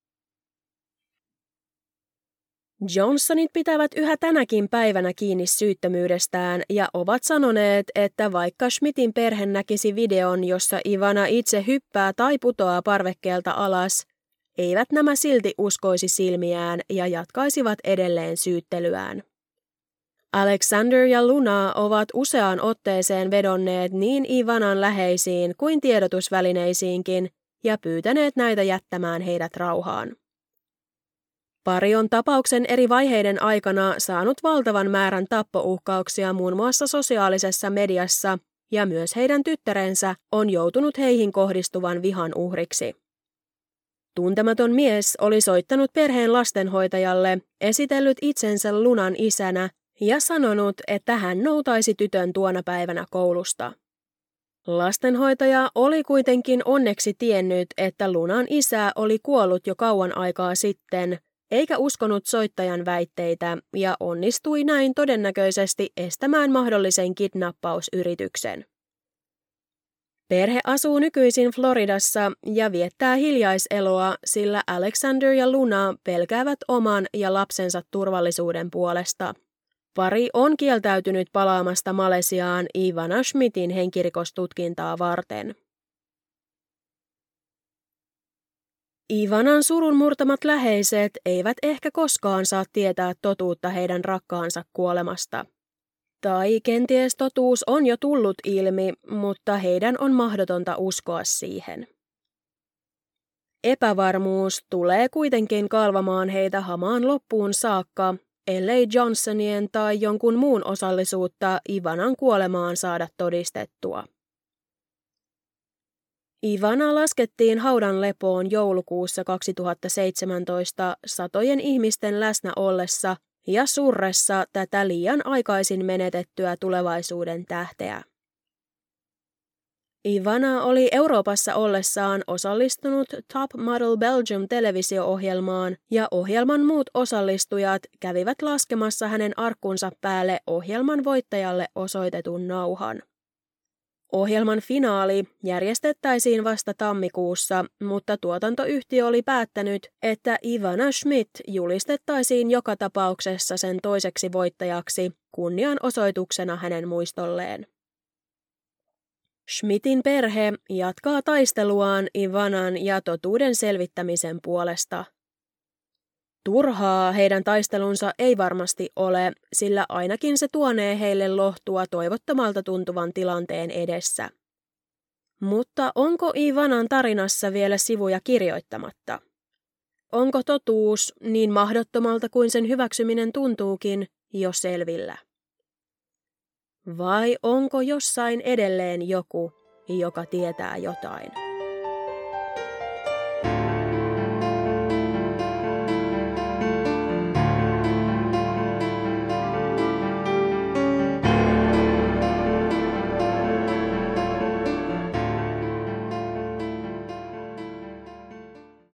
Johnsonit pitävät yhä tänäkin päivänä kiinni syyttömyydestään ja ovat sanoneet, että vaikka Schmidtin perhe näkisi videon, jossa Ivana itse hyppää tai putoaa parvekkeelta alas, eivät nämä silti uskoisi silmiään ja jatkaisivat edelleen syyttelyään. Alexander ja Luna ovat useaan otteeseen vedonneet niin Ivanan läheisiin kuin tiedotusvälineisiinkin ja pyytäneet näitä jättämään heidät rauhaan. Pari on tapauksen eri vaiheiden aikana saanut valtavan määrän tappouhkauksia muun muassa sosiaalisessa mediassa, ja myös heidän tyttärensä on joutunut heihin kohdistuvan vihan uhriksi. Tuntematon mies oli soittanut perheen lastenhoitajalle, esitellyt itsensä Lunan isänä ja sanonut, että hän noutaisi tytön tuona päivänä koulusta. Lastenhoitaja oli kuitenkin onneksi tiennyt, että Lunan isä oli kuollut jo kauan aikaa sitten, eikä uskonut soittajan väitteitä ja onnistui näin todennäköisesti estämään mahdollisen kidnappausyrityksen. Perhe asuu nykyisin Floridassa ja viettää hiljaiseloa, sillä Alexander ja Luna pelkäävät oman ja lapsensa turvallisuuden puolesta. Pari on kieltäytynyt palaamasta Malesiaan Ivana Schmidtin henkirikostutkintaa varten. Ivanan surun murtamat läheiset eivät ehkä koskaan saa tietää totuutta heidän rakkaansa kuolemasta. Tai kenties totuus on jo tullut ilmi, mutta heidän on mahdotonta uskoa siihen. Epävarmuus tulee kuitenkin kalvamaan heitä hamaan loppuun saakka, ellei Johnsonien tai jonkun muun osallisuutta Ivanan kuolemaan saada todistettua. Ivana laskettiin haudan lepoon joulukuussa 2017 satojen ihmisten läsnä ollessa ja surressa tätä liian aikaisin menetettyä tulevaisuuden tähteä. Ivana oli Euroopassa ollessaan osallistunut Top Model Belgium televisio-ohjelmaan ja ohjelman muut osallistujat kävivät laskemassa hänen arkkunsa päälle ohjelman voittajalle osoitetun nauhan. Ohjelman finaali järjestettäisiin vasta tammikuussa, mutta tuotantoyhtiö oli päättänyt, että Ivana Schmidt julistettaisiin joka tapauksessa sen toiseksi voittajaksi kunnianosoituksena hänen muistolleen. Schmidtin perhe jatkaa taisteluaan Ivanan ja totuuden selvittämisen puolesta. Turhaa heidän taistelunsa ei varmasti ole, sillä ainakin se tuonee heille lohtua toivottomalta tuntuvan tilanteen edessä. Mutta onko Ivanan tarinassa vielä sivuja kirjoittamatta? Onko totuus, niin mahdottomalta kuin sen hyväksyminen tuntuukin, jo selvillä? Vai onko jossain edelleen joku, joka tietää jotain?